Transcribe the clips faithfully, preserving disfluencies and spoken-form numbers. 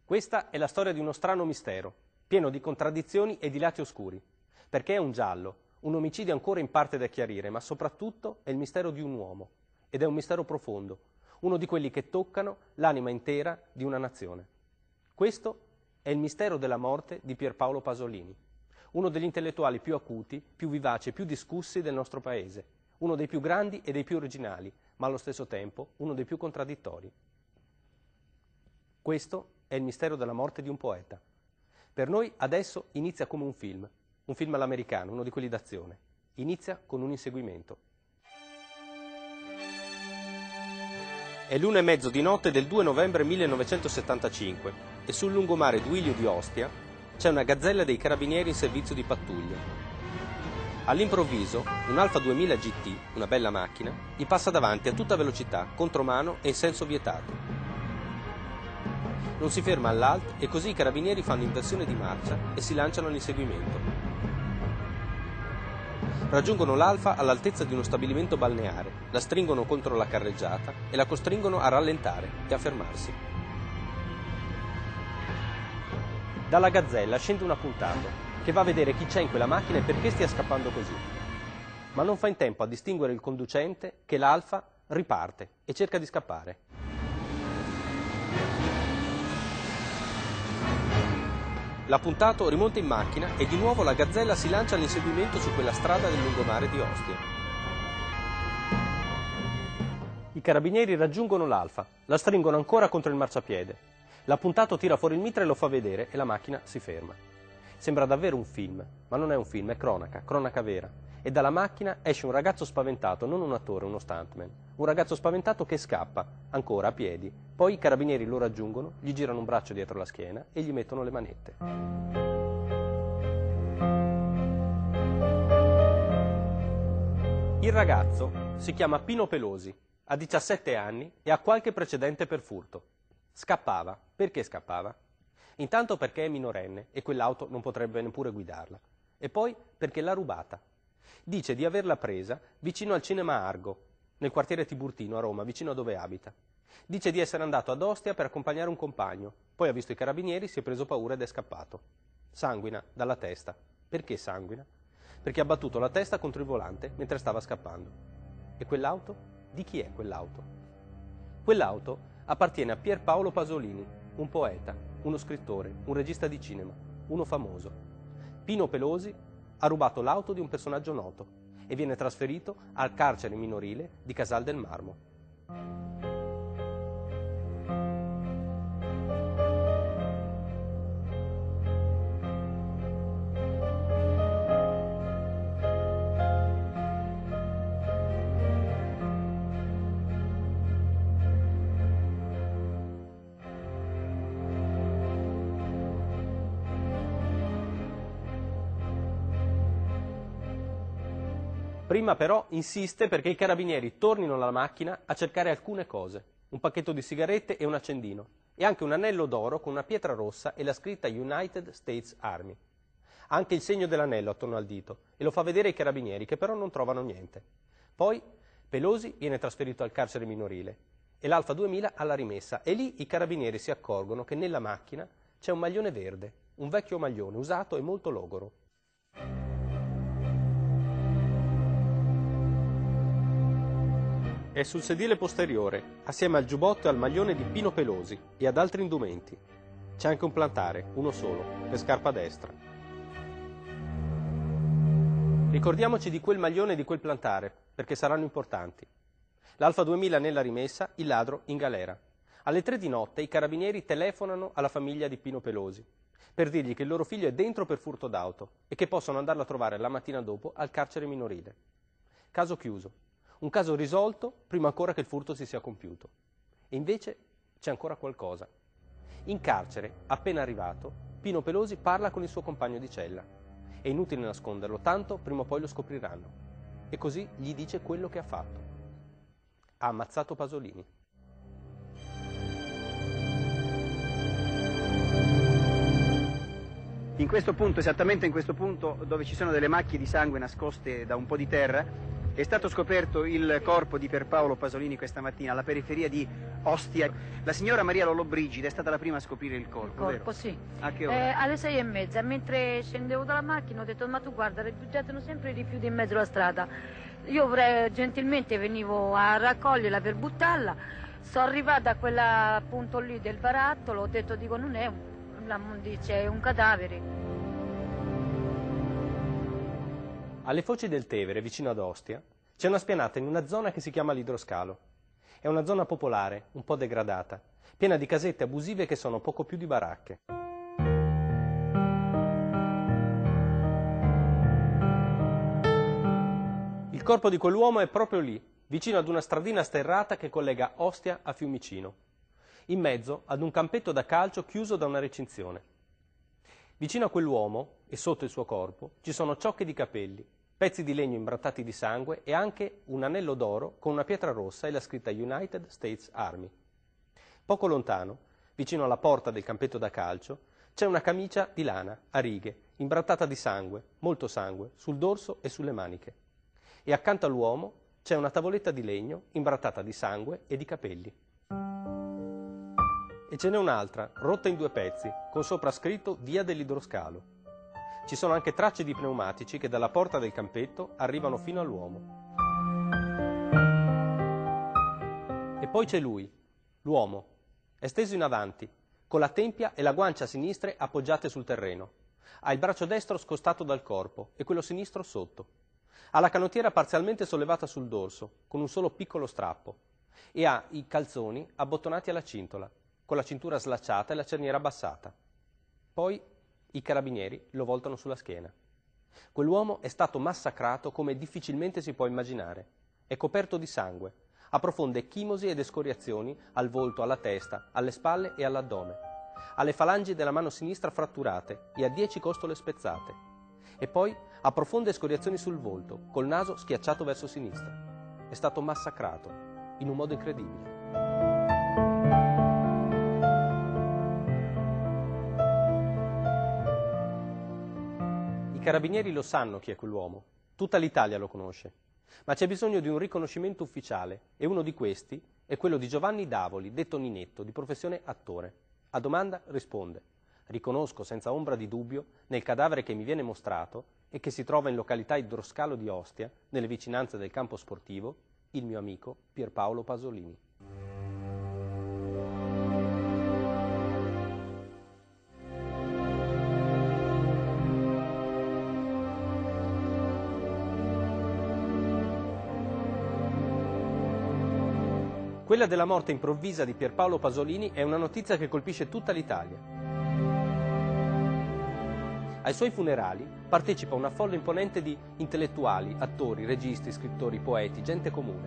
Questa è la storia di uno strano mistero, pieno di contraddizioni e di lati oscuri, perché è un giallo, un omicidio ancora in parte da chiarire, ma soprattutto è il mistero di un uomo, ed è un mistero profondo, uno di quelli che toccano l'anima intera di una nazione. Questo è il mistero della morte di Pierpaolo Pasolini, uno degli intellettuali più acuti, più vivaci e più discussi del nostro paese, uno dei più grandi e dei più originali, ma allo stesso tempo uno dei più contraddittori. Questo è il mistero della morte di un poeta. Per noi adesso inizia come un film, un film all'americano, uno di quelli d'azione. Inizia con un inseguimento. È l'una e mezzo di notte del due novembre millenovecentosettantacinque e sul lungomare Duilio di Ostia c'è una gazzella dei carabinieri in servizio di pattuglia. All'improvviso un Alfa duemila G T, una bella macchina, gli passa davanti a tutta velocità, contromano e in senso vietato. Non si ferma all'alt e così i carabinieri fanno inversione di marcia e si lanciano all'inseguimento. Raggiungono l'Alfa all'altezza di uno stabilimento balneare, la stringono contro la carreggiata e la costringono a rallentare e a fermarsi. Dalla gazzella scende un appuntato che va a vedere chi c'è in quella macchina e perché stia scappando così. Ma non fa in tempo a distinguere il conducente che l'Alfa riparte e cerca di scappare. L'appuntato rimonta in macchina e di nuovo la gazzella si lancia all'inseguimento su quella strada del lungomare di Ostia. I carabinieri raggiungono l'Alfa, la stringono ancora contro il marciapiede. L'appuntato tira fuori il mitra e lo fa vedere e la macchina si ferma. Sembra davvero un film, ma non è un film, è cronaca, cronaca vera. E dalla macchina esce un ragazzo spaventato, non un attore, uno stuntman. Un ragazzo spaventato che scappa, ancora a piedi. Poi i carabinieri lo raggiungono, gli girano un braccio dietro la schiena e gli mettono le manette. Il ragazzo si chiama Pino Pelosi, ha diciassette anni e ha qualche precedente per furto. Scappava. Perché scappava? Intanto perché è minorenne e quell'auto non potrebbe neppure guidarla. E poi perché l'ha rubata. Dice di averla presa vicino al cinema Argo, nel quartiere Tiburtino a Roma, vicino a dove abita. Dice di essere andato ad Ostia per accompagnare un compagno, poi ha visto i carabinieri, si è preso paura ed è scappato. Sanguina dalla testa. Perché sanguina? Perché ha battuto la testa contro il volante mentre stava scappando. E quell'auto? Di chi è quell'auto? Quell'auto appartiene a Pierpaolo Pasolini, un poeta, uno scrittore, un regista di cinema, uno famoso. Pino Pelosi ha rubato l'auto di un personaggio noto e viene trasferito al carcere minorile di Casal del Marmo. Prima però insiste perché i carabinieri tornino alla macchina a cercare alcune cose, un pacchetto di sigarette e un accendino, e anche un anello d'oro con una pietra rossa e la scritta United States Army. Ha anche il segno dell'anello attorno al dito e lo fa vedere ai carabinieri che però non trovano niente. Poi Pelosi viene trasferito al carcere minorile e l'Alfa duemila alla rimessa e lì i carabinieri si accorgono che nella macchina c'è un maglione verde, un vecchio maglione usato e molto logoro. È sul sedile posteriore, assieme al giubbotto e al maglione di Pino Pelosi e ad altri indumenti. C'è anche un plantare, uno solo, per scarpa destra. Ricordiamoci di quel maglione e di quel plantare, perché saranno importanti. L'Alfa duemila nella rimessa, il ladro in galera. Alle tre di notte i carabinieri telefonano alla famiglia di Pino Pelosi per dirgli che il loro figlio è dentro per furto d'auto e che possono andarlo a trovare la mattina dopo al carcere minorile. Caso chiuso. Un caso risolto prima ancora che il furto si sia compiuto. E invece c'è ancora qualcosa. In carcere, appena arrivato, Pino Pelosi parla con il suo compagno di cella. È inutile nasconderlo, tanto prima o poi lo scopriranno. E così gli dice quello che ha fatto. Ha ammazzato Pasolini. In questo punto, esattamente in questo punto, dove ci sono delle macchie di sangue nascoste da un po' di terra, È stato scoperto il corpo di Pierpaolo Pasolini questa mattina alla periferia di Ostia. La signora Maria Lollobrigida è stata la prima a scoprire il corpo, Il corpo, vero? sì. A che ora? Eh, alle sei e mezza, mentre scendevo dalla macchina ho detto ma tu guarda, ributtano sempre i rifiuti in mezzo alla strada. Io avrei, gentilmente venivo a raccoglierla per buttarla. Sono arrivata a quella punto lì del barattolo, ho detto dico non è un, dice, è un cadavere. Alle foci del Tevere, vicino ad Ostia, c'è una spianata in una zona che si chiama l'Idroscalo. È una zona popolare, un po' degradata, piena di casette abusive che sono poco più di baracche. Il corpo di quell'uomo è proprio lì, vicino ad una stradina sterrata che collega Ostia a Fiumicino, in mezzo ad un campetto da calcio chiuso da una recinzione. Vicino a quell'uomo, e sotto il suo corpo, ci sono ciocche di capelli, pezzi di legno imbrattati di sangue e anche un anello d'oro con una pietra rossa e la scritta United States Army. Poco lontano, vicino alla porta del campetto da calcio, c'è una camicia di lana, a righe, imbrattata di sangue, molto sangue, sul dorso e sulle maniche. E accanto all'uomo c'è una tavoletta di legno imbrattata di sangue e di capelli. E ce n'è un'altra, rotta in due pezzi, con sopra scritto Via dell'Idroscalo. Ci sono anche tracce di pneumatici che dalla porta del campetto arrivano fino all'uomo. E poi c'è lui, l'uomo, è steso in avanti, con la tempia e la guancia sinistre appoggiate sul terreno. Ha il braccio destro scostato dal corpo e quello sinistro sotto. Ha la canottiera parzialmente sollevata sul dorso, con un solo piccolo strappo, e ha i calzoni abbottonati alla cintola, con la cintura slacciata e la cerniera abbassata. Poi i carabinieri lo voltano sulla schiena. Quell'uomo è stato massacrato come difficilmente si può immaginare. È coperto di sangue, ha profonde chimosi ed escoriazioni al volto, alla testa, alle spalle e all'addome. Ha le falangi della mano sinistra fratturate e ha dieci costole spezzate. E poi ha profonde escoriazioni sul volto, col naso schiacciato verso sinistra. È stato massacrato, in un modo incredibile. I carabinieri lo sanno chi è quell'uomo, tutta l'Italia lo conosce, ma c'è bisogno di un riconoscimento ufficiale e uno di questi è quello di Giovanni Davoli, detto Ninetto, di professione attore. A domanda risponde: riconosco senza ombra di dubbio nel cadavere che mi viene mostrato e che si trova in località Idroscalo di Ostia, nelle vicinanze del campo sportivo, il mio amico Pierpaolo Pasolini. Quella della morte improvvisa di Pierpaolo Pasolini è una notizia che colpisce tutta l'Italia. Ai suoi funerali partecipa una folla imponente di intellettuali, attori, registi, scrittori, poeti, gente comune.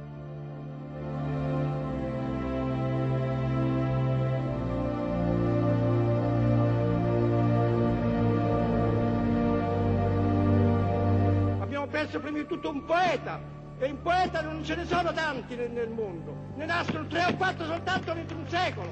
Abbiamo perso prima di tutto un poeta. E in poeta non ce ne sono tanti nel, nel mondo, ne nascono tre o quattro soltanto entro un secolo.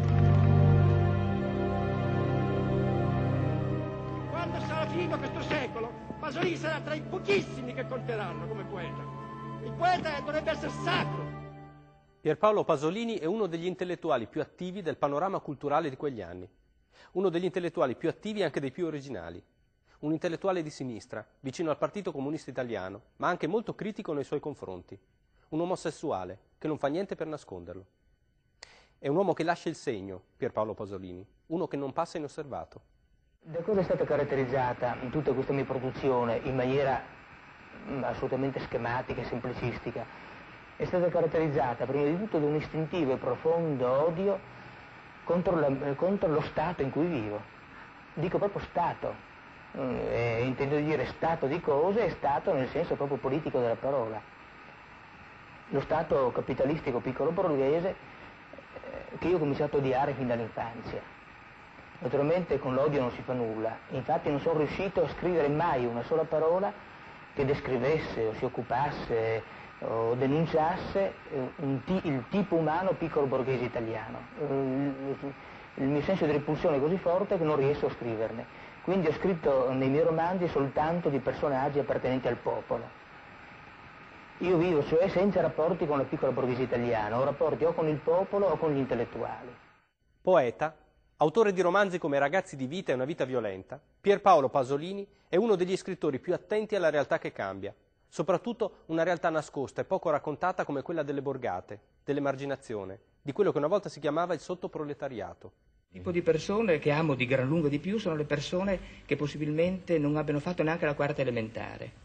Quando sarà finito questo secolo, Pasolini sarà tra i pochissimi che conteranno come poeta. Il poeta dovrebbe essere sacro. Pierpaolo Pasolini è uno degli intellettuali più attivi del panorama culturale di quegli anni, uno degli intellettuali più attivi e anche dei più originali. Un intellettuale di sinistra, vicino al Partito Comunista Italiano, ma anche molto critico nei suoi confronti. Un omosessuale, che non fa niente per nasconderlo. È un uomo che lascia il segno, Pierpaolo Pasolini, uno che non passa inosservato. Da cosa è stata caratterizzata tutta questa mia produzione in maniera assolutamente schematica e semplicistica? È stata caratterizzata prima di tutto da un istintivo e profondo odio contro, la, contro lo Stato in cui vivo. Dico proprio Stato. Eh, intendo dire stato di cose e stato nel senso proprio politico della parola. Lo stato capitalistico piccolo borghese eh, che io ho cominciato a odiare fin dall'infanzia. Naturalmente con l'odio non si fa nulla, infatti non sono riuscito a scrivere mai una sola parola che descrivesse o si occupasse o denunciasse eh, un il tipo umano piccolo borghese italiano. Il, il mio senso di repulsione è così forte che non riesco a scriverne. Quindi ho scritto nei miei romanzi soltanto di personaggi appartenenti al popolo. Io vivo cioè senza rapporti con la piccola borghesia italiana, ho rapporti o con il popolo o con gli intellettuali. Poeta, autore di romanzi come Ragazzi di vita e Una vita violenta, Pierpaolo Pasolini è uno degli scrittori più attenti alla realtà che cambia, soprattutto una realtà nascosta e poco raccontata come quella delle borgate, dell'emarginazione, di quello che una volta si chiamava il sottoproletariato. Il tipo di persone che amo di gran lunga di più sono le persone che possibilmente non abbiano fatto neanche la quarta elementare.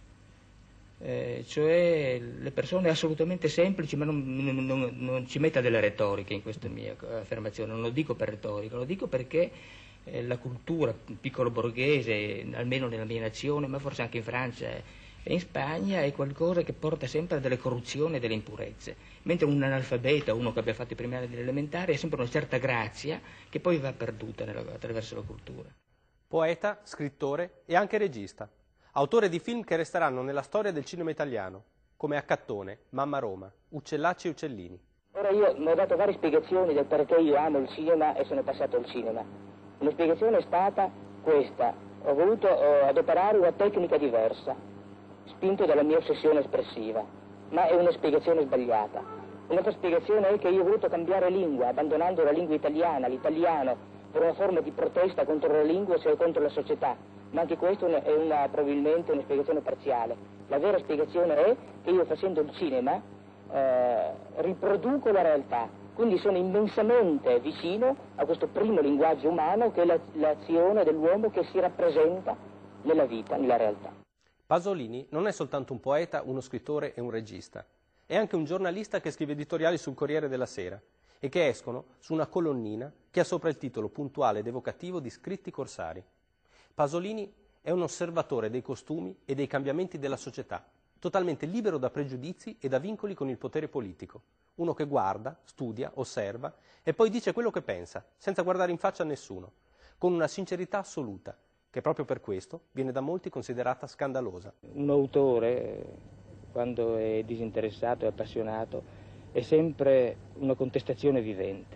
Eh, cioè le persone assolutamente semplici, ma non, non, non, non ci metta delle retoriche in questa mia affermazione, non lo dico per retorica, lo dico perché eh, la cultura piccolo borghese, almeno nella mia nazione, ma forse anche in Francia e in Spagna, è qualcosa che porta sempre a delle corruzioni e delle impurezze, mentre un analfabeta, uno che abbia fatto i primi anni dell'elementare, ha sempre una certa grazia che poi va perduta nella, attraverso la cultura. Poeta, scrittore e anche regista. Autore di film che resteranno nella storia del cinema italiano, come Accattone, Mamma Roma, Uccellacci e Uccellini. Ora io mi ho dato varie spiegazioni del perché io amo il cinema e sono passato al cinema. Una spiegazione è stata questa: ho voluto uh, adoperare una tecnica diversa, spinto dalla mia ossessione espressiva, ma è una spiegazione sbagliata. Un'altra spiegazione è che io ho voluto cambiare lingua, abbandonando la lingua italiana, l'italiano, per una forma di protesta contro la lingua, cioè contro la società. Ma anche questo è una, probabilmente una spiegazione parziale. La vera spiegazione è che io, facendo il cinema, eh, riproduco la realtà, quindi sono immensamente vicino a questo primo linguaggio umano che è la, l'azione dell'uomo che si rappresenta nella vita, nella realtà. Pasolini non è soltanto un poeta, uno scrittore e un regista, è anche un giornalista che scrive editoriali sul Corriere della Sera e che escono su una colonnina che ha sopra il titolo puntuale ed evocativo di Scritti Corsari. Pasolini è un osservatore dei costumi e dei cambiamenti della società, totalmente libero da pregiudizi e da vincoli con il potere politico. Uno che guarda, studia, osserva e poi dice quello che pensa, senza guardare in faccia a nessuno, con una sincerità assoluta, che proprio per questo viene da molti considerata scandalosa. Un autore, quando è disinteressato e appassionato, è sempre una contestazione vivente.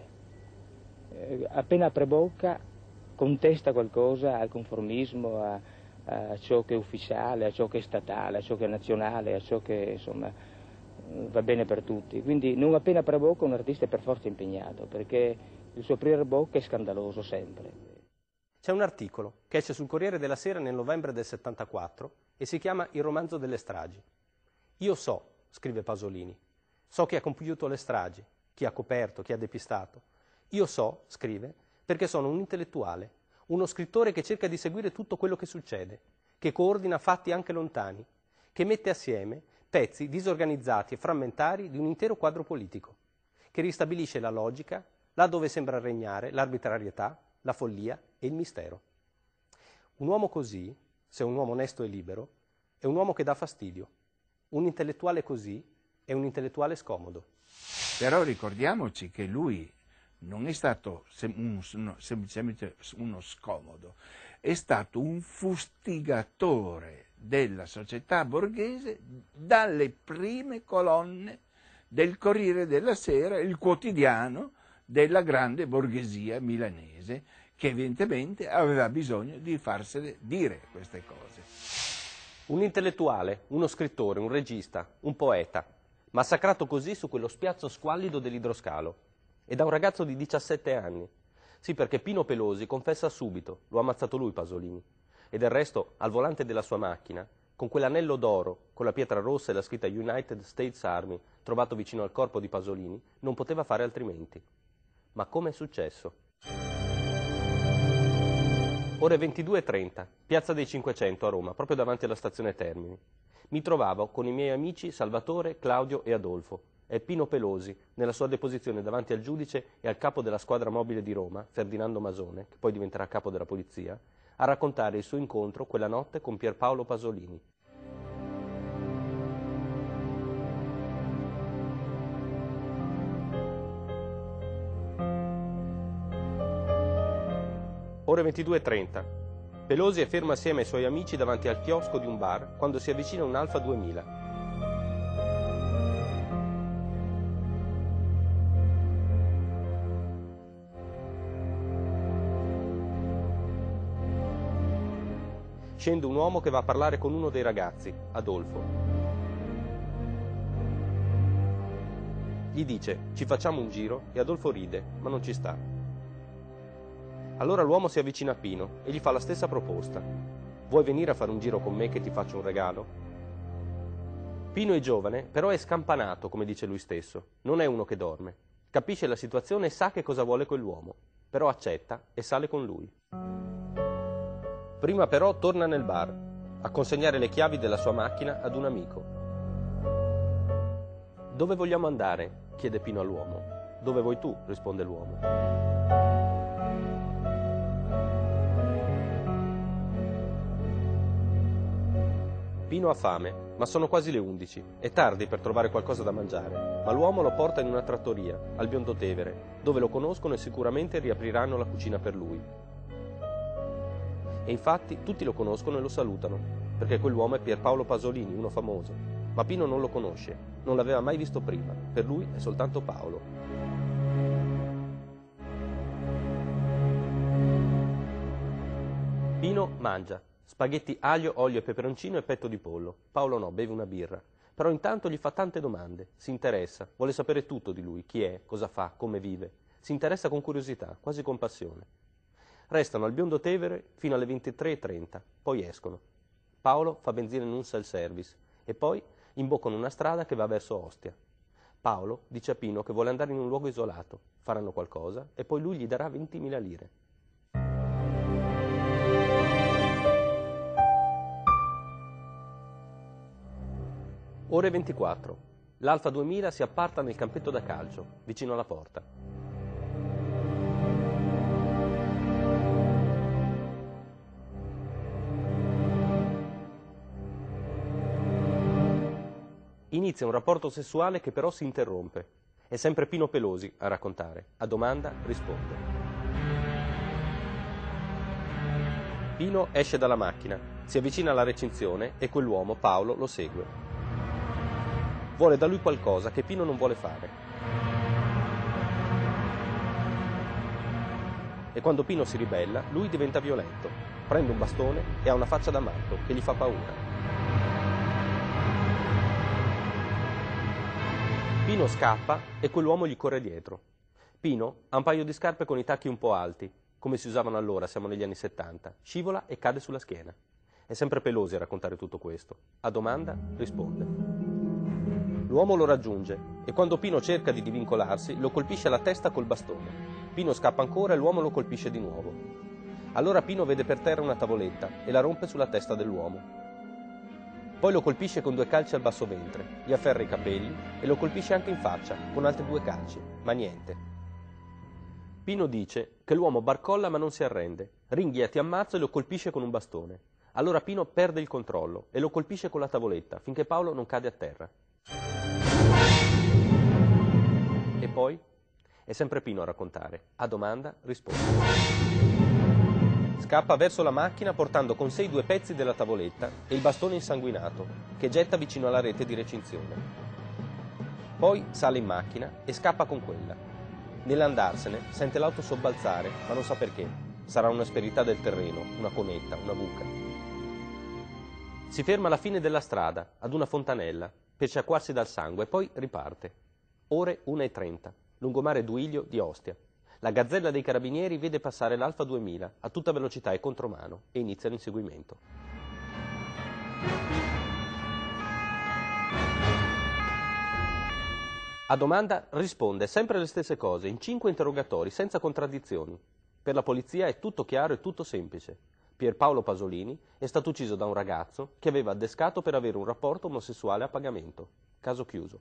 Eh, appena apre bocca contesta qualcosa al conformismo, a, a ciò che è ufficiale, a ciò che è statale, a ciò che è nazionale, a ciò che insomma va bene per tutti. Quindi non appena apre bocca un artista è per forza impegnato, perché il suo aprire bocca è scandaloso sempre. C'è un articolo che esce sul Corriere della Sera nel novembre del settantaquattro e si chiama Il romanzo delle stragi. Io so, scrive Pasolini, so chi ha compiuto le stragi, chi ha coperto, chi ha depistato. Io so, scrive, perché sono un intellettuale, uno scrittore che cerca di seguire tutto quello che succede, che coordina fatti anche lontani, che mette assieme pezzi disorganizzati e frammentari di un intero quadro politico, che ristabilisce la logica là dove sembra regnare l'arbitrarietà, la follia e il mistero. Un uomo così, se è un uomo onesto e libero, è un uomo che dà fastidio. Un intellettuale così è un intellettuale scomodo. Però ricordiamoci che lui non è stato sem- un, no, semplicemente uno scomodo, è stato un fustigatore della società borghese dalle prime colonne del Corriere della Sera, il quotidiano della grande borghesia milanese, che evidentemente aveva bisogno di farsene dire queste cose. Un intellettuale, uno scrittore, un regista, un poeta, massacrato così su quello spiazzo squallido dell'Idroscalo. E da un ragazzo di diciassette anni. Sì, perché Pino Pelosi confessa subito, lo ha ammazzato lui Pasolini. E del resto, al volante della sua macchina, con quell'anello d'oro, con la pietra rossa e la scritta United States Army, trovato vicino al corpo di Pasolini, non poteva fare altrimenti. Ma come è successo? Ore ventidue e trenta, Piazza dei Cinquecento a Roma, proprio davanti alla stazione Termini. Mi trovavo con i miei amici Salvatore, Claudio e Adolfo. È Pino Pelosi, nella sua deposizione davanti al giudice e al capo della squadra mobile di Roma, Ferdinando Masone, che poi diventerà capo della polizia, a raccontare il suo incontro quella notte con Pierpaolo Pasolini. Ore ventidue e trenta. Pelosi è fermo assieme ai suoi amici davanti al chiosco di un bar quando si avvicina un Alfa duemila. Scende un uomo che va a parlare con uno dei ragazzi, Adolfo. Gli dice: ci facciamo un giro, e Adolfo ride, ma non ci sta. Allora l'uomo si avvicina a Pino e gli fa la stessa proposta: vuoi venire a fare un giro con me che ti faccio un regalo? Pino è giovane, però è scampanato, come dice lui stesso. Non è uno che dorme. Capisce la situazione e sa che cosa vuole quell'uomo, però accetta e sale con lui. Prima però torna nel bar a consegnare le chiavi della sua macchina ad un amico. Dove vogliamo andare? Chiede Pino all'uomo. Dove vuoi tu? Risponde l'uomo. Pino ha fame, ma sono quasi le undici. È tardi per trovare qualcosa da mangiare, ma l'uomo lo porta in una trattoria, al Biondo Tevere, dove lo conoscono e sicuramente riapriranno la cucina per lui. E infatti tutti lo conoscono e lo salutano, perché quell'uomo è Pierpaolo Pasolini, uno famoso. Ma Pino non lo conosce, non l'aveva mai visto prima, per lui è soltanto Paolo. Pino mangia. Spaghetti aglio, olio e peperoncino e petto di pollo. Paolo no, beve una birra. Però intanto gli fa tante domande, si interessa, vuole sapere tutto di lui, chi è, cosa fa, come vive. Si interessa con curiosità, quasi con passione. Restano al Biondo Tevere fino alle ventitré e trenta, poi escono. Paolo fa benzina in un self-service e poi imboccano una strada che va verso Ostia. Paolo dice a Pino che vuole andare in un luogo isolato, faranno qualcosa e poi lui gli darà ventimila lire. Ore ventiquattro. L'Alfa duemila si apparta nel campetto da calcio, vicino alla porta. Inizia un rapporto sessuale che però si interrompe. È sempre Pino Pelosi a raccontare. A domanda risponde. Pino esce dalla macchina, si avvicina alla recinzione e quell'uomo, Paolo, lo segue. Vuole da lui qualcosa che Pino non vuole fare. E quando Pino si ribella, lui diventa violento. Prende un bastone e ha una faccia da matto che gli fa paura. Pino scappa e quell'uomo gli corre dietro. Pino ha un paio di scarpe con i tacchi un po' alti, come si usavano allora, siamo negli anni settanta. Scivola e cade sulla schiena. È sempre Pelosi a raccontare tutto questo. A domanda risponde. L'uomo lo raggiunge e quando Pino cerca di divincolarsi lo colpisce alla testa col bastone. Pino scappa ancora e l'uomo lo colpisce di nuovo. Allora Pino vede per terra una tavoletta e la rompe sulla testa dell'uomo. Poi lo colpisce con due calci al basso ventre, gli afferra i capelli e lo colpisce anche in faccia con altri due calci, ma niente. Pino dice che l'uomo barcolla ma non si arrende, ringhia ti ammazzo e lo colpisce con un bastone. Allora Pino perde il controllo e lo colpisce con la tavoletta finché Paolo non cade a terra. E poi? È sempre Pino a raccontare. A domanda risponde. Scappa verso la macchina portando con sé i due pezzi della tavoletta e il bastone insanguinato, che getta vicino alla rete di recinzione. Poi sale in macchina e scappa con quella. Nell'andarsene sente l'auto sobbalzare, ma non sa perché. Sarà un'asperità del terreno, una conetta, una buca. Si ferma alla fine della strada, ad una fontanella, per sciacquarsi dal sangue e poi riparte. Ore una e trenta, lungomare Duilio di Ostia. La gazzella dei carabinieri vede passare l'Alfa duemila a tutta velocità e contromano e inizia l'inseguimento. A domanda risponde sempre le stesse cose, in cinque interrogatori, senza contraddizioni. Per la polizia è tutto chiaro e tutto semplice. Pierpaolo Pasolini è stato ucciso da un ragazzo che aveva addescato per avere un rapporto omosessuale a pagamento. Caso chiuso.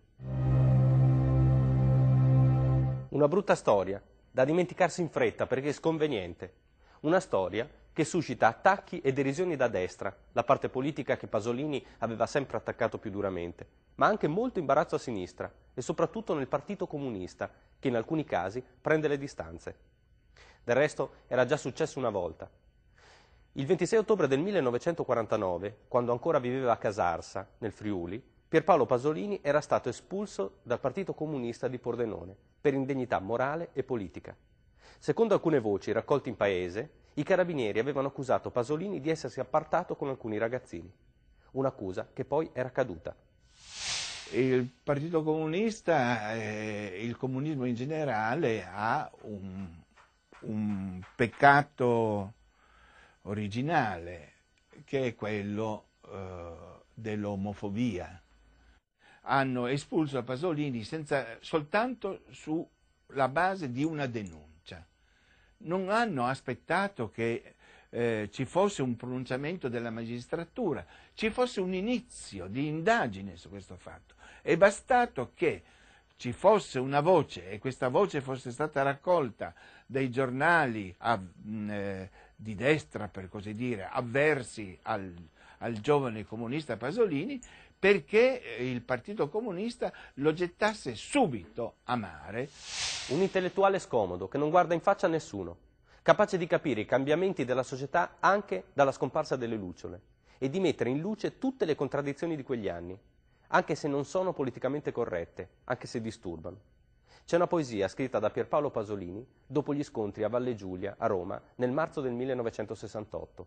Una brutta storia, da dimenticarsi in fretta perché è sconveniente. Una storia che suscita attacchi e derisioni da destra, la parte politica che Pasolini aveva sempre attaccato più duramente, ma anche molto imbarazzo a sinistra e soprattutto nel Partito Comunista, che in alcuni casi prende le distanze. Del resto era già successo una volta. Il ventisei ottobre del millenovecentoquarantanove, quando ancora viveva a Casarsa, nel Friuli, Pierpaolo Pasolini era stato espulso dal Partito Comunista di Pordenone per indegnità morale e politica. Secondo alcune voci raccolte in paese, i carabinieri avevano accusato Pasolini di essersi appartato con alcuni ragazzini. Un'accusa che poi era caduta. il Partito Comunista e il comunismo in generale ha un, un peccato originale, che è quello eh, dell'omofobia. Hanno espulso Pasolini senza, soltanto sulla base di una denuncia. Non hanno aspettato che eh, ci fosse un pronunciamento della magistratura, ci fosse un inizio di indagine su questo fatto. È bastato che ci fosse una voce, e questa voce fosse stata raccolta dai giornali a, eh, di destra, per così dire, avversi al, al giovane comunista Pasolini, perché il Partito Comunista lo gettasse subito a mare. Un intellettuale scomodo, che non guarda in faccia a nessuno, capace di capire i cambiamenti della società anche dalla scomparsa delle lucciole e di mettere in luce tutte le contraddizioni di quegli anni, anche se non sono politicamente corrette, anche se disturbano. C'è una poesia scritta da Pierpaolo Pasolini dopo gli scontri a Valle Giulia, a Roma, nel marzo del millenovecentosessantotto.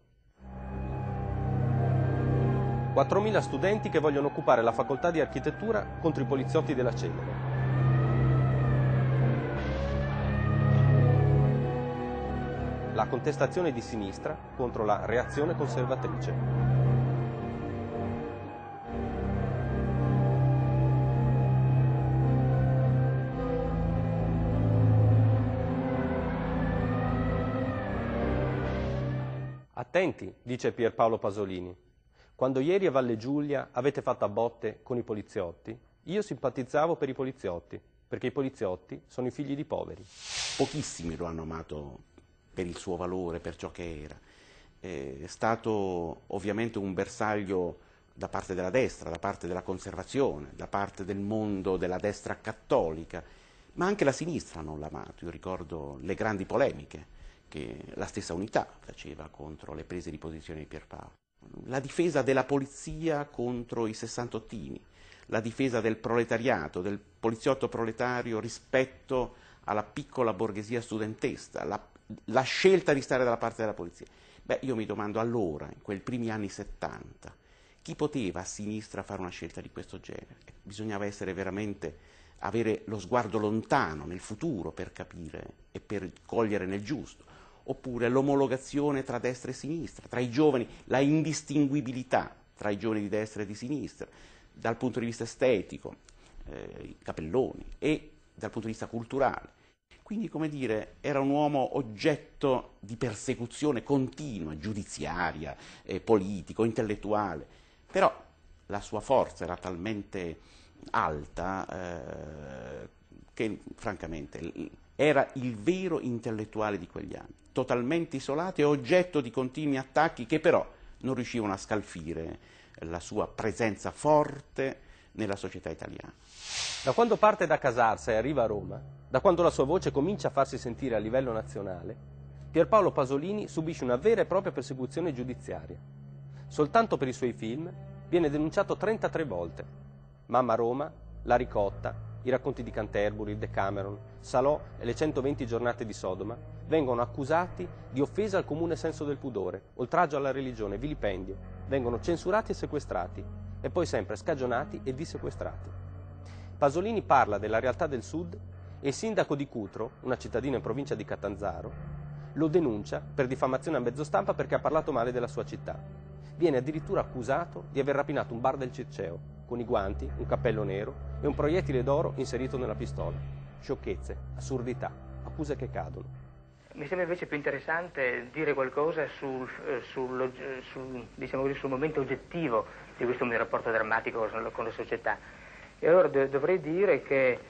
quattromila studenti che vogliono occupare la facoltà di architettura contro i poliziotti della Celere. La contestazione di sinistra contro la reazione conservatrice. Attenti, dice Pierpaolo Pasolini. Quando ieri a Valle Giulia avete fatto a botte con i poliziotti, io simpatizzavo per i poliziotti, perché i poliziotti sono i figli di poveri. Pochissimi lo hanno amato per il suo valore, per ciò che era. È stato ovviamente un bersaglio da parte della destra, da parte della conservazione, da parte del mondo della destra cattolica, ma anche la sinistra non l'ha amato. Io ricordo le grandi polemiche che la stessa Unità faceva contro le prese di posizione di Pierpaolo. La difesa della polizia contro i sessantottini, la difesa del proletariato, del poliziotto proletario rispetto alla piccola borghesia studentesca, la, la scelta di stare dalla parte della polizia. Beh, io mi domando allora, in quei primi anni settanta, chi poteva a sinistra fare una scelta di questo genere? Bisognava essere veramente, avere lo sguardo lontano nel futuro per capire e per cogliere nel giusto. Oppure l'omologazione tra destra e sinistra, tra i giovani, la indistinguibilità tra i giovani di destra e di sinistra, dal punto di vista estetico, eh, i capelloni, e dal punto di vista culturale. Quindi, come dire, era un uomo oggetto di persecuzione continua, giudiziaria, eh, politico, intellettuale, però la sua forza era talmente alta eh, che, francamente, era il vero intellettuale di quegli anni, totalmente isolato e oggetto di continui attacchi che però non riuscivano a scalfire la sua presenza forte nella società italiana. Da quando parte da Casarsa e arriva a Roma, da quando la sua voce comincia a farsi sentire a livello nazionale, Pierpaolo Pasolini subisce una vera e propria persecuzione giudiziaria. Soltanto per i suoi film viene denunciato trentatré volte. Mamma Roma, La ricotta, i racconti di Canterbury, il Decameron, Salò e le centoventi giornate di Sodoma vengono accusati di offesa al comune senso del pudore, oltraggio alla religione, vilipendio, vengono censurati e sequestrati, e poi sempre scagionati e dissequestrati. Pasolini parla della realtà del Sud e il sindaco di Cutro, una cittadina in provincia di Catanzaro, lo denuncia per diffamazione a mezzo stampa perché ha parlato male della sua città. Viene addirittura accusato di aver rapinato un bar del Circeo, con i guanti, un cappello nero e un proiettile d'oro inserito nella pistola. Sciocchezze, assurdità, accuse che cadono. Mi sembra invece più interessante dire qualcosa sul, sul, sul, diciamo così, sul momento oggettivo di questo mio rapporto drammatico con la società. E allora do, dovrei dire che eh,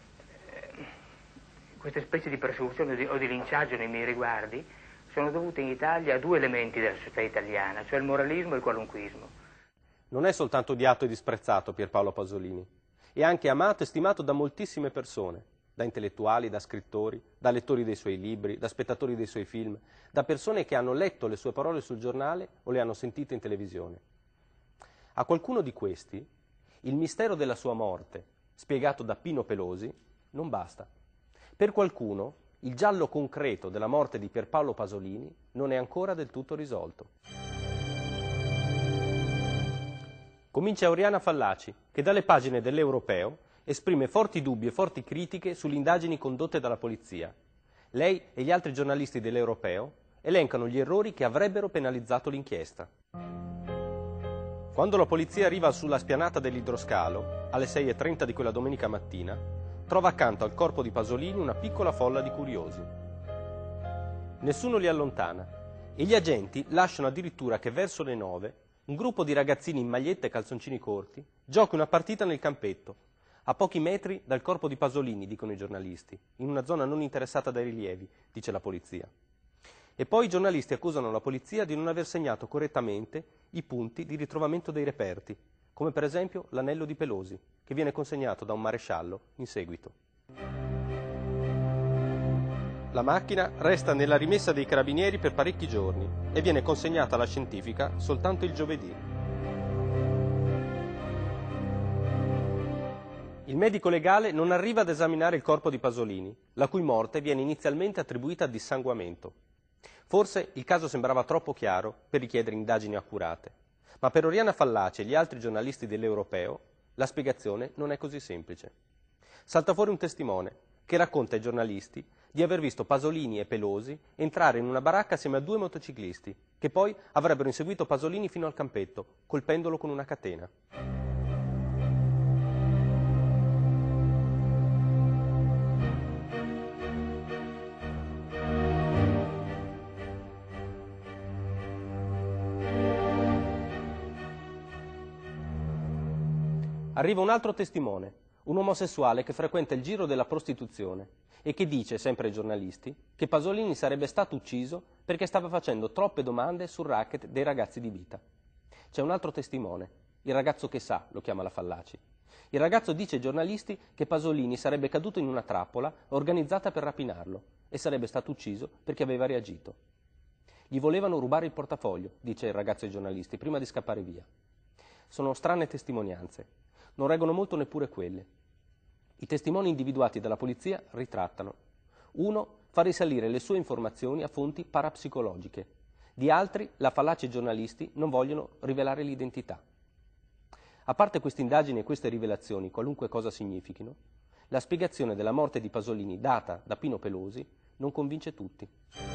queste specie di persecuzione o di, o di linciaggio nei miei riguardi sono dovute in Italia a due elementi della società italiana, cioè il moralismo e il qualunquismo. Non è soltanto odiato e disprezzato Pierpaolo Pasolini, è anche amato e stimato da moltissime persone, da intellettuali, da scrittori, da lettori dei suoi libri, da spettatori dei suoi film, da persone che hanno letto le sue parole sul giornale o le hanno sentite in televisione. A qualcuno di questi il mistero della sua morte, spiegato da Pino Pelosi, non basta. Per qualcuno il giallo concreto della morte di Pierpaolo Pasolini non è ancora del tutto risolto. Comincia Oriana Fallaci, che dalle pagine dell'Europeo esprime forti dubbi e forti critiche sulle indagini condotte dalla polizia. Lei e gli altri giornalisti dell'Europeo elencano gli errori che avrebbero penalizzato l'inchiesta. Quando la polizia arriva sulla spianata dell'idroscalo, alle sei e trenta di quella domenica mattina, trova accanto al corpo di Pasolini una piccola folla di curiosi. Nessuno li allontana e gli agenti lasciano addirittura che verso le nove un gruppo di ragazzini in magliette e calzoncini corti giochi una partita nel campetto, a pochi metri dal corpo di Pasolini, dicono i giornalisti, in una zona non interessata dai rilievi, dice la polizia. E poi i giornalisti accusano la polizia di non aver segnato correttamente i punti di ritrovamento dei reperti, come per esempio l'anello di Pelosi, che viene consegnato da un maresciallo in seguito. La macchina resta nella rimessa dei carabinieri per parecchi giorni e viene consegnata alla scientifica soltanto il giovedì. Il medico legale non arriva ad esaminare il corpo di Pasolini, la cui morte viene inizialmente attribuita a dissanguamento. Forse il caso sembrava troppo chiaro per richiedere indagini accurate, ma per Oriana Fallaci e gli altri giornalisti dell'Europeo la spiegazione non è così semplice. Salta fuori un testimone che racconta ai giornalisti di aver visto Pasolini e Pelosi entrare in una baracca assieme a due motociclisti, che poi avrebbero inseguito Pasolini fino al campetto, colpendolo con una catena. Arriva un altro testimone, un omosessuale che frequenta il giro della prostituzione e che dice, sempre ai giornalisti, che Pasolini sarebbe stato ucciso perché stava facendo troppe domande sul racket dei ragazzi di vita. C'è un altro testimone, il ragazzo che sa, lo chiama la Fallaci. Il ragazzo dice ai giornalisti che Pasolini sarebbe caduto in una trappola organizzata per rapinarlo e sarebbe stato ucciso perché aveva reagito. Gli volevano rubare il portafoglio, dice il ragazzo ai giornalisti, prima di scappare via. Sono strane testimonianze. Non reggono molto neppure quelle. I testimoni individuati dalla polizia ritrattano. Uno fa risalire le sue informazioni a fonti parapsicologiche. Di altri, la Fallaci e i giornalisti non vogliono rivelare l'identità. A parte queste indagini e queste rivelazioni, qualunque cosa significhino, la spiegazione della morte di Pasolini data da Pino Pelosi non convince tutti.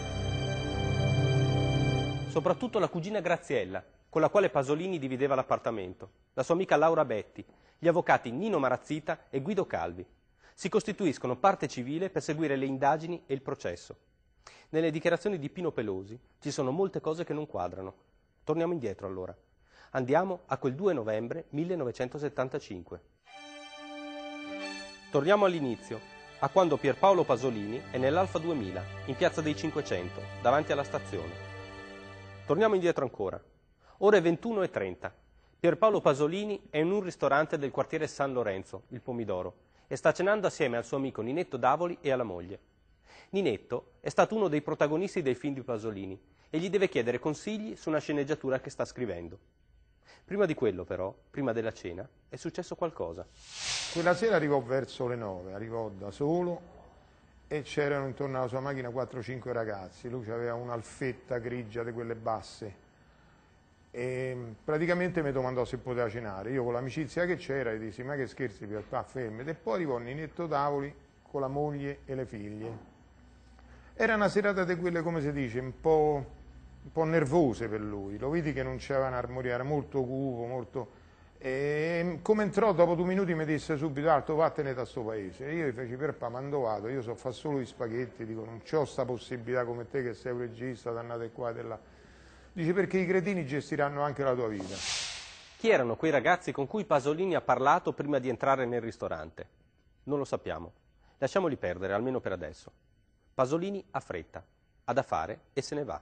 Soprattutto la cugina Graziella, con la quale Pasolini divideva l'appartamento, la sua amica Laura Betti, gli avvocati Nino Marazzita e Guido Calvi. Si costituiscono parte civile per seguire le indagini e il processo. Nelle dichiarazioni di Pino Pelosi ci sono molte cose che non quadrano. Torniamo indietro allora. Andiamo a quel due novembre millenovecentosettantacinque. Torniamo all'inizio, a quando Pierpaolo Pasolini è nell'Alfa duemila, in piazza dei Cinquecento, davanti alla stazione. Torniamo indietro ancora. Ore ventuno e trenta. Pierpaolo Pasolini è in un ristorante del quartiere San Lorenzo, il Pomidoro, e sta cenando assieme al suo amico Ninetto Davoli e alla moglie. Ninetto è stato uno dei protagonisti dei film di Pasolini e gli deve chiedere consigli su una sceneggiatura che sta scrivendo. Prima di quello, però, prima della cena, è successo qualcosa. Quella sera arrivò verso le nove, arrivò da solo e c'erano intorno alla sua macchina quattro cinque ragazzi. Lui aveva un'alfetta grigia di quelle basse. E praticamente mi domandò se poteva cenare. Io con l'amicizia che c'era gli dissi: ma che scherzi, Pierpa, fermati. E poi arrivò Ninetto Davoli con la moglie e le figlie. Era una serata di quelle, come si dice, un po', un po' nervose per lui. Lo vidi che non c'era un'armonia, era molto cupo, molto... E come entrò, dopo due minuti mi disse subito: Alto, vattene da sto paese. E io gli feci: Pierpa, ma dove vado? Io so fare solo gli spaghetti, dico, non c'ho sta possibilità come te che sei un regista, da andate qua e là. Dice: perché i cretini gestiranno anche la tua vita. Chi erano quei ragazzi con cui Pasolini ha parlato prima di entrare nel ristorante? Non lo sappiamo. Lasciamoli perdere, almeno per adesso. Pasolini ha fretta, ha da fare e se ne va.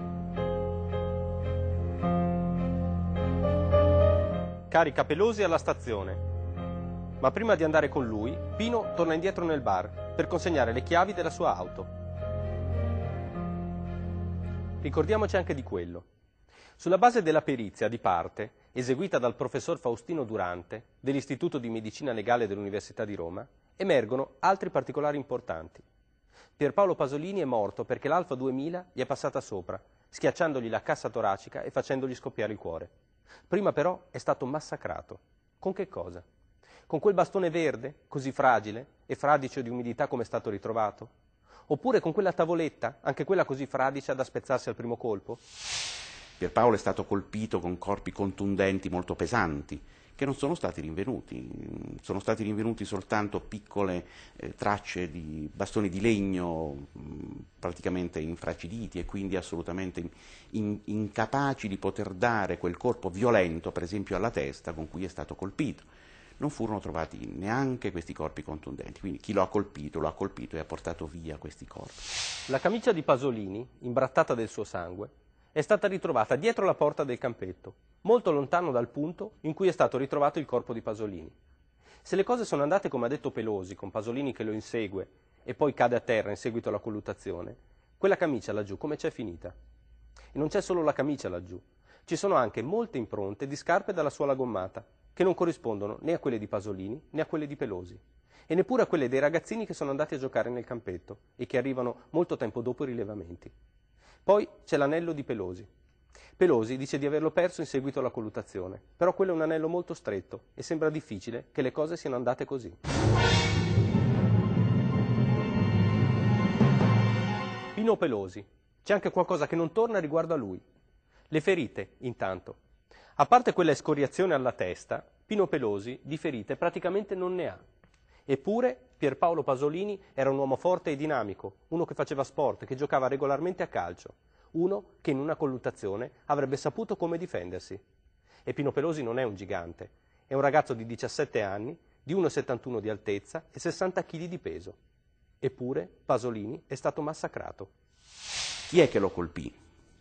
Carica Pelosi alla stazione. Ma prima di andare con lui, Pino torna indietro nel bar per consegnare le chiavi della sua auto. Ricordiamoci anche di quello. Sulla base della perizia di parte, eseguita dal professor Faustino Durante, dell'Istituto di Medicina Legale dell'Università di Roma, emergono altri particolari importanti. Pierpaolo Pasolini è morto perché l'Alfa duemila gli è passata sopra, schiacciandogli la cassa toracica e facendogli scoppiare il cuore. Prima però è stato massacrato. Con che cosa? Con quel bastone verde, così fragile e fradicio di umidità come è stato ritrovato? Oppure con quella tavoletta, anche quella così fradicia da spezzarsi al primo colpo? Pierpaolo è stato colpito con corpi contundenti molto pesanti, che non sono stati rinvenuti. Sono stati rinvenuti soltanto piccole eh, tracce di bastoni di legno mh, praticamente infraciditi e quindi assolutamente in, incapaci di poter dare quel corpo violento, per esempio alla testa, con cui è stato colpito. Non furono trovati neanche questi corpi contundenti, quindi chi lo ha colpito, lo ha colpito e ha portato via questi corpi. La camicia di Pasolini, imbrattata del suo sangue, è stata ritrovata dietro la porta del campetto, molto lontano dal punto in cui è stato ritrovato il corpo di Pasolini. Se le cose sono andate come ha detto Pelosi, con Pasolini che lo insegue e poi cade a terra in seguito alla colluttazione, quella camicia laggiù come c'è finita? E non c'è solo la camicia laggiù, ci sono anche molte impronte di scarpe dalla suola gommata, che non corrispondono né a quelle di Pasolini né a quelle di Pelosi, e neppure a quelle dei ragazzini che sono andati a giocare nel campetto e che arrivano molto tempo dopo i rilevamenti. Poi c'è l'anello di Pelosi. Pelosi dice di averlo perso in seguito alla colluttazione, però quello è un anello molto stretto e sembra difficile che le cose siano andate così. Pino Pelosi. C'è anche qualcosa che non torna riguardo a lui. Le ferite, intanto. A parte quella escoriazione alla testa, Pino Pelosi di ferite praticamente non ne ha. Eppure Pierpaolo Pasolini era un uomo forte e dinamico, uno che faceva sport, che giocava regolarmente a calcio, uno che in una colluttazione avrebbe saputo come difendersi. E Pino Pelosi non è un gigante, è un ragazzo di diciassette anni, di uno virgola settantuno di altezza e sessanta chili di peso. Eppure Pasolini è stato massacrato. Chi è che lo colpì?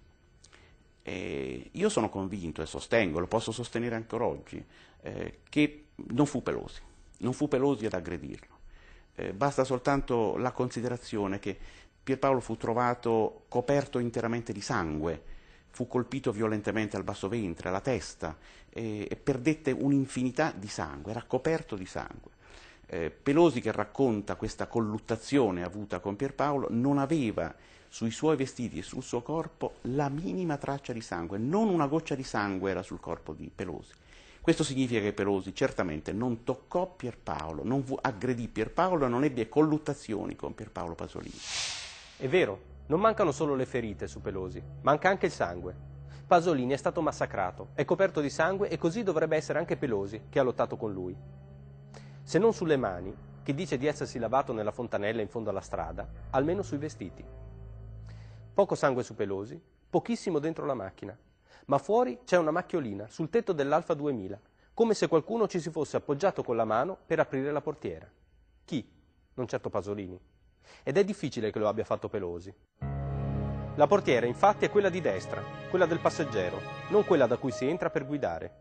Eh, io sono convinto e sostengo, lo posso sostenere ancora oggi, eh, che non fu Pelosi, non fu Pelosi ad aggredirlo. Eh, basta soltanto la considerazione che Pierpaolo fu trovato coperto interamente di sangue, fu colpito violentemente al basso ventre, alla testa eh, e perdette un'infinità di sangue, era coperto di sangue. Eh, Pelosi, che racconta questa colluttazione avuta con Pierpaolo, non aveva sui suoi vestiti e sul suo corpo la minima traccia di sangue, non una goccia di sangue era sul corpo di Pelosi. Questo significa che Pelosi certamente non toccò Pierpaolo, non aggredì Pierpaolo e non ebbe colluttazioni con Pierpaolo Pasolini. È vero, non mancano solo le ferite su Pelosi, manca anche il sangue. Pasolini è stato massacrato, è coperto di sangue e così dovrebbe essere anche Pelosi, che ha lottato con lui. Se non sulle mani, che dice di essersi lavato nella fontanella in fondo alla strada, almeno sui vestiti. Poco sangue su Pelosi, pochissimo dentro la macchina, ma fuori c'è una macchiolina sul tetto dell'Alfa duemila, come se qualcuno ci si fosse appoggiato con la mano per aprire la portiera. Chi? Non certo Pasolini. Ed è difficile che lo abbia fatto Pelosi. La portiera infatti è quella di destra, quella del passeggero, non quella da cui si entra per guidare.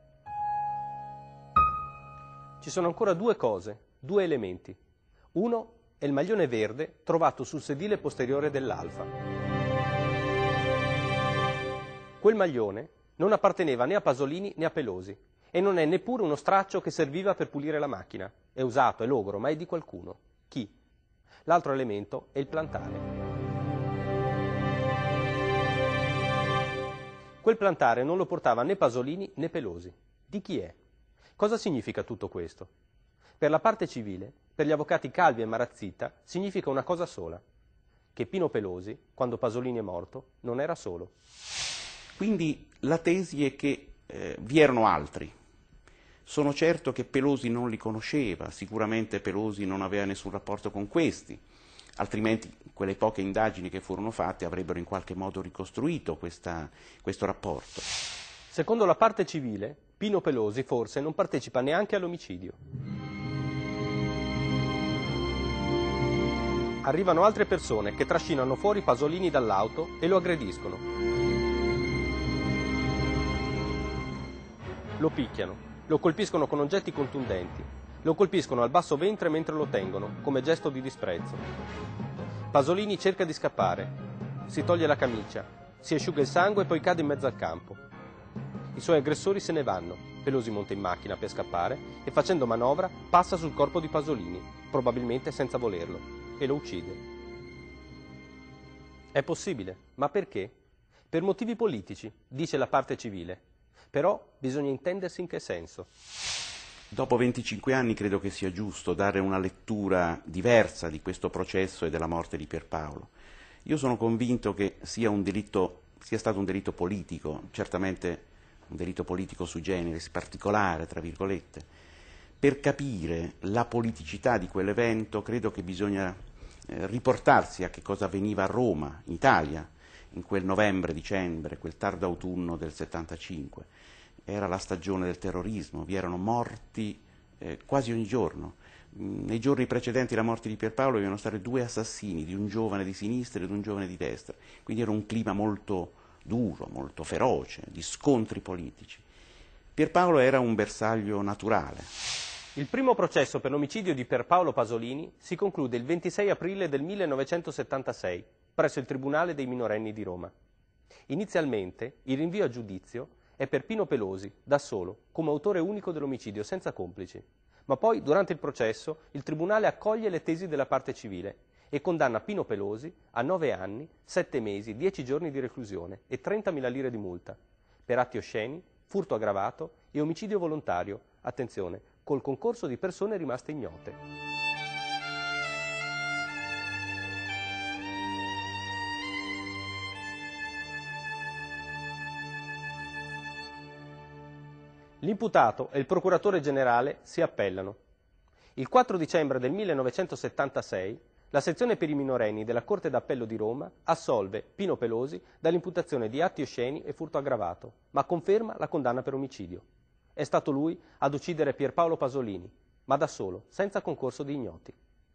Ci sono ancora due cose, due elementi. Uno è il maglione verde trovato sul sedile posteriore dell'Alfa. Quel maglione non apparteneva né a Pasolini né a Pelosi e non è neppure uno straccio che serviva per pulire la macchina. È usato, è logoro, ma è di qualcuno. Chi? L'altro elemento è il plantare. Quel plantare non lo portava né Pasolini né Pelosi. Di chi è? Cosa significa tutto questo? Per la parte civile, per gli avvocati Calvi e Marazzita, significa una cosa sola, che Pino Pelosi, quando Pasolini è morto, non era solo. Quindi la tesi è che eh, vi erano altri. Sono certo che Pelosi non li conosceva, sicuramente Pelosi non aveva nessun rapporto con questi, altrimenti quelle poche indagini che furono fatte avrebbero in qualche modo ricostruito questa, questo rapporto. Secondo la parte civile, Pino Pelosi forse non partecipa neanche all'omicidio. Arrivano altre persone che trascinano fuori Pasolini dall'auto e lo aggrediscono. Lo picchiano, lo colpiscono con oggetti contundenti, lo colpiscono al basso ventre mentre lo tengono, come gesto di disprezzo. Pasolini cerca di scappare, si toglie la camicia, si asciuga il sangue e poi cade in mezzo al campo. I suoi aggressori se ne vanno, Pelosi monta in macchina per scappare e facendo manovra passa sul corpo di Pasolini, probabilmente senza volerlo, e lo uccide. È possibile, ma perché? Per motivi politici, dice la parte civile. Però bisogna intendersi in che senso. Dopo venticinque anni credo che sia giusto dare una lettura diversa di questo processo e della morte di Pierpaolo. Io sono convinto che sia un delitto, sia stato un delitto politico, certamente un delitto politico sui generis, particolare, tra virgolette. Per capire la politicità di quell'evento credo che bisogna eh, riportarsi a che cosa avveniva a Roma, in Italia, in quel novembre-dicembre, quel tardo autunno del settantacinque. Era la stagione del terrorismo, vi erano morti eh, quasi ogni giorno. Nei giorni precedenti alla morte di Pierpaolo vi erano stati due assassini, di un giovane di sinistra e di un giovane di destra, quindi era un clima molto duro, molto feroce, di scontri politici. Pierpaolo era un bersaglio naturale. Il primo processo per l'omicidio di Pierpaolo Pasolini si conclude il ventisei aprile del millenovecentosettantasei presso il Tribunale dei minorenni di Roma. Inizialmente il rinvio a giudizio è per Pino Pelosi, da solo, come autore unico dell'omicidio, senza complici. Ma poi, durante il processo, il Tribunale accoglie le tesi della parte civile e condanna Pino Pelosi a nove anni, sette mesi, dieci giorni di reclusione e trentamila lire di multa per atti osceni, furto aggravato e omicidio volontario, attenzione, col concorso di persone rimaste ignote. L'imputato e il procuratore generale si appellano. Il quattro dicembre del millenovecentosettantasei la sezione per i minorenni della Corte d'Appello di Roma assolve Pino Pelosi dall'imputazione di atti osceni e furto aggravato, ma conferma la condanna per omicidio. È stato lui ad uccidere Pierpaolo Pasolini, ma da solo, senza concorso di ignoti.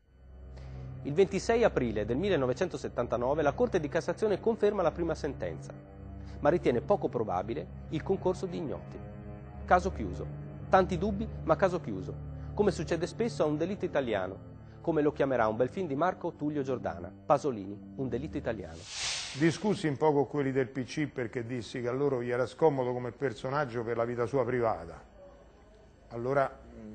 Il ventisei aprile del millenovecentosettantanove la Corte di Cassazione conferma la prima sentenza, ma ritiene poco probabile il concorso di ignoti. Caso chiuso. Tanti dubbi, ma caso chiuso. Come succede spesso a un delitto italiano, come lo chiamerà un bel film di Marco Tullio Giordana, Pasolini, un delitto italiano. Discussi un po' con quelli del P C perché dissi che a loro gli era scomodo come personaggio per la vita sua privata. Allora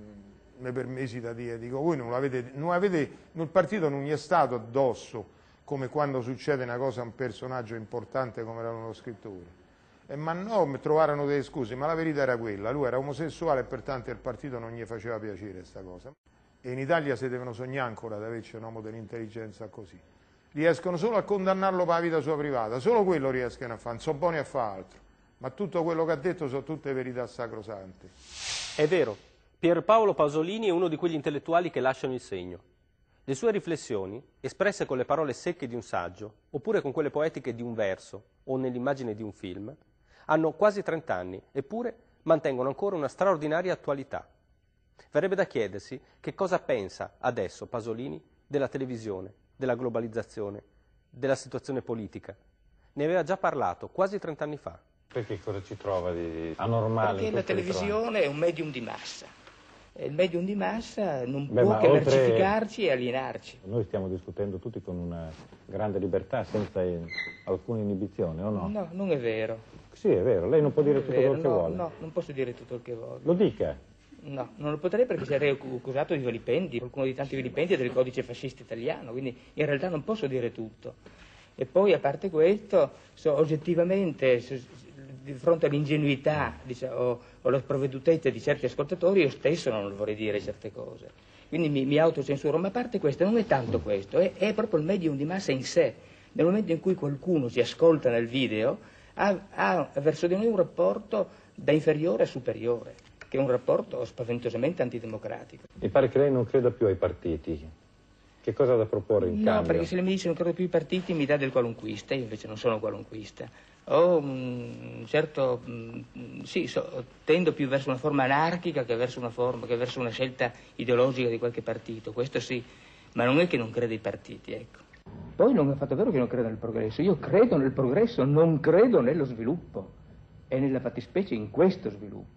mh, mi permesi da dire, dico, voi non l'avete, non avete, il partito non gli è stato addosso come quando succede una cosa a un personaggio importante come era uno scrittore. E ma no, trovarono delle scuse, ma la verità era quella, lui era omosessuale e pertanto il partito non gli faceva piacere questa cosa. E in Italia si devono sognare ancora di averci un uomo dell'intelligenza così. Riescono solo a condannarlo per la vita sua privata, solo quello riescono a fare, non sono buoni a fare altro. Ma tutto quello che ha detto sono tutte verità sacrosante. È vero, Pierpaolo Pasolini è uno di quegli intellettuali che lasciano il segno. Le sue riflessioni, espresse con le parole secche di un saggio, oppure con quelle poetiche di un verso o nell'immagine di un film, hanno quasi trent'anni, eppure mantengono ancora una straordinaria attualità. Verrebbe da chiedersi che cosa pensa adesso Pasolini della televisione, della globalizzazione, della situazione politica. Ne aveva già parlato quasi trent'anni fa. Perché cosa ci trova di anormale? Perché la televisione è un medium di massa. E il medium di massa non Beh, può che oltre... mercificarci e alienarci. Noi stiamo discutendo tutti con una grande libertà, senza alcuna inibizione, o no? No, non è vero. Sì, è vero, lei non può dire non tutto vero, quello che no, vuole. No, non posso dire tutto il che voglio. Lo dica. No, non lo potrei perché sarei accusato di vilipendi, qualcuno di tanti vilipendi del codice fascista italiano, quindi in realtà non posso dire tutto. E poi, a parte questo, so, oggettivamente, so, di fronte all'ingenuità diciamo, o, o alla sprovvedutezza di certi ascoltatori, io stesso non vorrei dire certe cose. Quindi mi, mi autocensuro, ma a parte questo, non è tanto questo, è, è proprio il medium di massa in sé. Nel momento in cui qualcuno si ascolta nel video, ha, ha verso di noi un rapporto da inferiore a superiore, che è un rapporto spaventosamente antidemocratico. Mi pare che lei non creda più ai partiti. Che cosa ha da proporre in no, cambio? No, perché se lei mi dice non credo più ai partiti mi dà del qualunquista, io invece non sono qualunquista. Ho un certo, mh, sì, so, tendo più verso una forma anarchica che verso una, forma, che verso una scelta ideologica di qualche partito, questo sì, ma non è che non creda ai partiti, ecco. Poi non è affatto vero che non credo nel progresso, io credo nel progresso, non credo nello sviluppo e nella fattispecie in questo sviluppo.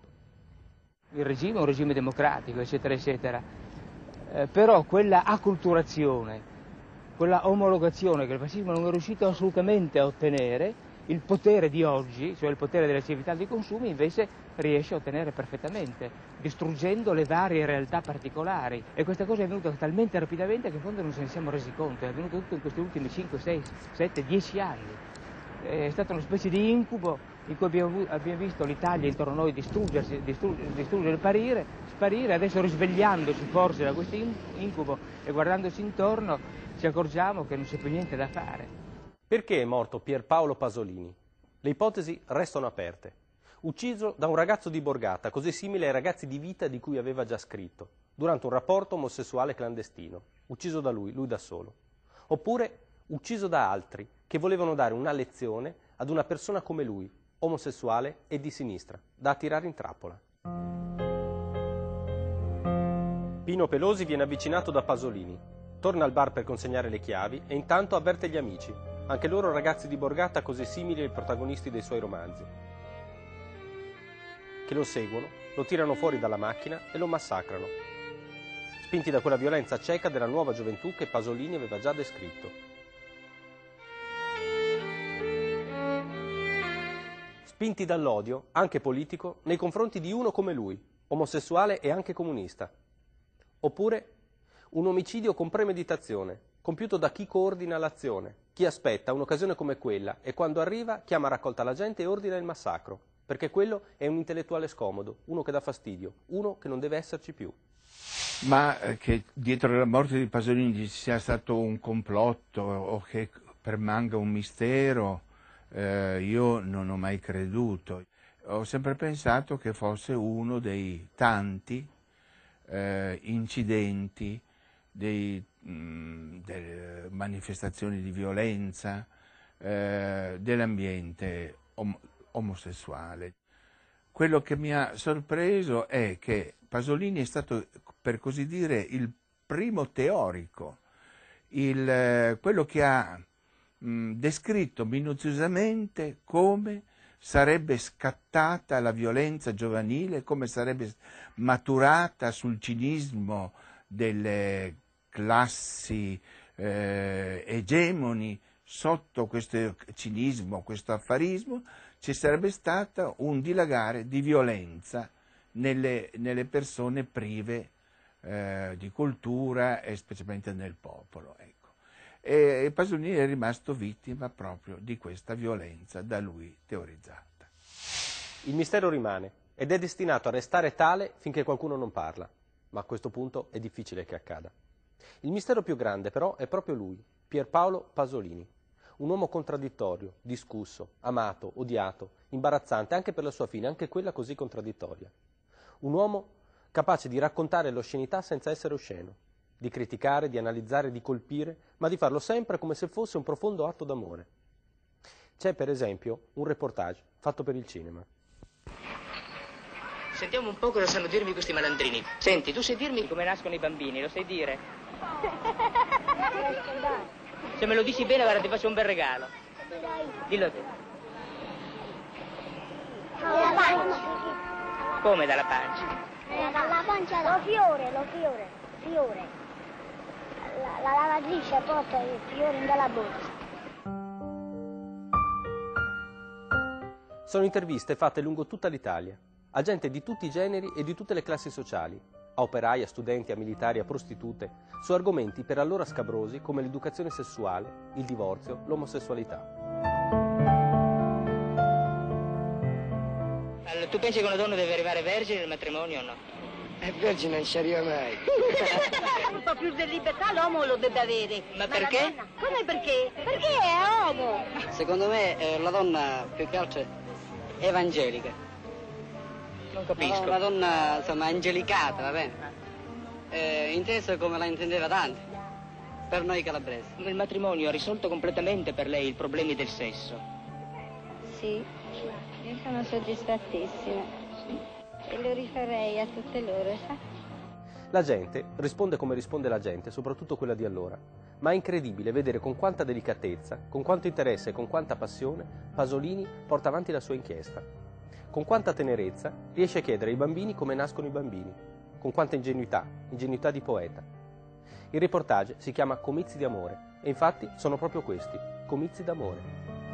Il regime è un regime democratico, eccetera, eccetera, eh, però quella acculturazione, quella omologazione che il fascismo non è riuscito assolutamente a ottenere, il potere di oggi, cioè il potere della civiltà dei consumi, invece riesce a ottenere perfettamente, distruggendo le varie realtà particolari. E questa cosa è avvenuta talmente rapidamente che in fondo non ce ne siamo resi conto, è avvenuto tutto in questi ultimi cinque, sei, sette, dieci anni. è stata una specie di incubo in cui abbiamo, abbiamo visto l'Italia intorno a noi distruggersi, distruggersi, distruggere, sparire, sparire, adesso risvegliandoci forse da questo incubo e guardandoci intorno ci accorgiamo che non c'è più niente da fare. Perché è morto Pierpaolo Pasolini? Le ipotesi restano aperte. Ucciso da un ragazzo di Borgata, così simile ai ragazzi di vita di cui aveva già scritto, durante un rapporto omosessuale clandestino, ucciso da lui, lui da solo. Oppure ucciso da altri che volevano dare una lezione ad una persona come lui, omosessuale e di sinistra, da attirare in trappola. Pino Pelosi viene avvicinato da Pasolini, torna al bar per consegnare le chiavi e intanto avverte gli amici, anche loro ragazzi di Borgata così simili ai protagonisti dei suoi romanzi, che lo seguono, lo tirano fuori dalla macchina e lo massacrano, spinti da quella violenza cieca della nuova gioventù che Pasolini aveva già descritto. Spinti dall'odio, anche politico, nei confronti di uno come lui, omosessuale e anche comunista. Oppure un omicidio con premeditazione, compiuto da chi coordina l'azione, chi aspetta un'occasione come quella e quando arriva chiama a raccolta la gente e ordina il massacro, perché quello è un intellettuale scomodo, uno che dà fastidio, uno che non deve esserci più. Ma che dietro la morte di Pasolini ci sia stato un complotto o che permanga un mistero, eh, io non ho mai creduto. Ho sempre pensato che fosse uno dei tanti eh, incidenti, dei, mh, delle manifestazioni di violenza eh, dell'ambiente om- omosessuale. Quello che mi ha sorpreso è che Pasolini è stato, per così dire, il primo teorico, il, quello che ha mh, descritto minuziosamente come sarebbe scattata la violenza giovanile, come sarebbe maturata sul cinismo delle classi eh, egemoni. Sotto questo cinismo, questo affarismo, ci sarebbe stato un dilagare di violenza nelle, nelle persone prive eh, di cultura e specialmente nel popolo. Ecco. E, e Pasolini è rimasto vittima proprio di questa violenza da lui teorizzata. Il mistero rimane ed è destinato a restare tale finché qualcuno non parla, ma a questo punto è difficile che accada. Il mistero più grande però è proprio lui, Pierpaolo Pasolini. Un uomo contraddittorio, discusso, amato, odiato, imbarazzante anche per la sua fine, anche quella così contraddittoria. Un uomo capace di raccontare l'oscenità senza essere osceno, di criticare, di analizzare, di colpire, ma di farlo sempre come se fosse un profondo atto d'amore. C'è per esempio un reportage fatto per il cinema. Sentiamo un po' cosa sanno dirmi questi malandrini. Senti, tu sai dirmi come nascono i bambini, lo sai dire? Se me lo dici bene, guarda, ti faccio un bel regalo. Dillo te. Dalla pancia. Come dalla pancia? Dalla pancia, lo fiore, lo fiore, fiore. La, la lavatrice porta il fiore dalla borsa. Sono interviste fatte lungo tutta l'Italia, a gente di tutti i generi e di tutte le classi sociali, a operai, a studenti, a militari, a prostitute, su argomenti per allora scabrosi come l'educazione sessuale, il divorzio, l'omosessualità. Allora, tu pensi che una donna deve arrivare vergine al matrimonio o no? E vergine non ci arriva mai. Un po' più di libertà l'uomo lo deve avere. Ma perché? Donna... Come perché? Perché è uomo. Secondo me eh, la donna più che altro è evangelica. Non capisco. Una donna, insomma, angelicata, va bene? Eh, inteso come la intendeva Dante, per noi calabresi. Il matrimonio ha risolto completamente per lei i problemi del sesso? Sì, io sono soddisfattissima. E lo rifarei a tutte loro, sa? La gente risponde come risponde la gente, soprattutto quella di allora. Ma è incredibile vedere con quanta delicatezza, con quanto interesse e con quanta passione Pasolini porta avanti la sua inchiesta. Con quanta tenerezza riesce a chiedere ai bambini come nascono i bambini, con quanta ingenuità, ingenuità di poeta. Il reportage si chiama Comizi di amore e infatti sono proprio questi, comizi d'amore.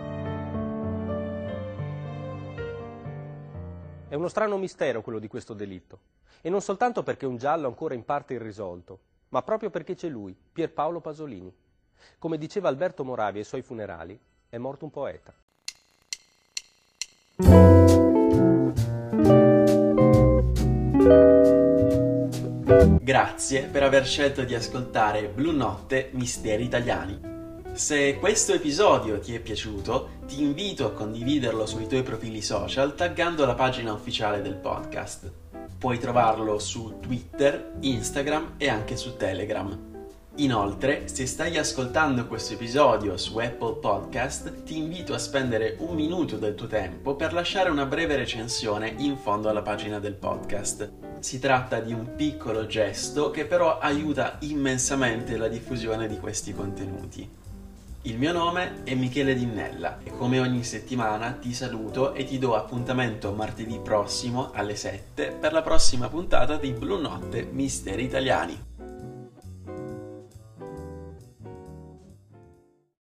È uno strano mistero quello di questo delitto, e non soltanto perché è un giallo ancora in parte irrisolto, ma proprio perché c'è lui, Pierpaolo Pasolini. Come diceva Alberto Moravia ai suoi funerali, è morto un poeta. Grazie per aver scelto di ascoltare Blu Notte Misteri Italiani. Se questo episodio ti è piaciuto, ti invito a condividerlo sui tuoi profili social taggando la pagina ufficiale del podcast. Puoi trovarlo su Twitter, Instagram e anche su Telegram. Inoltre, se stai ascoltando questo episodio su Apple Podcast, ti invito a spendere un minuto del tuo tempo per lasciare una breve recensione in fondo alla pagina del podcast. Si tratta di un piccolo gesto che però aiuta immensamente la diffusione di questi contenuti. Il mio nome è Michele Dinnella e come ogni settimana ti saluto e ti do appuntamento martedì prossimo alle sette per la prossima puntata di Blu Notte Misteri Italiani.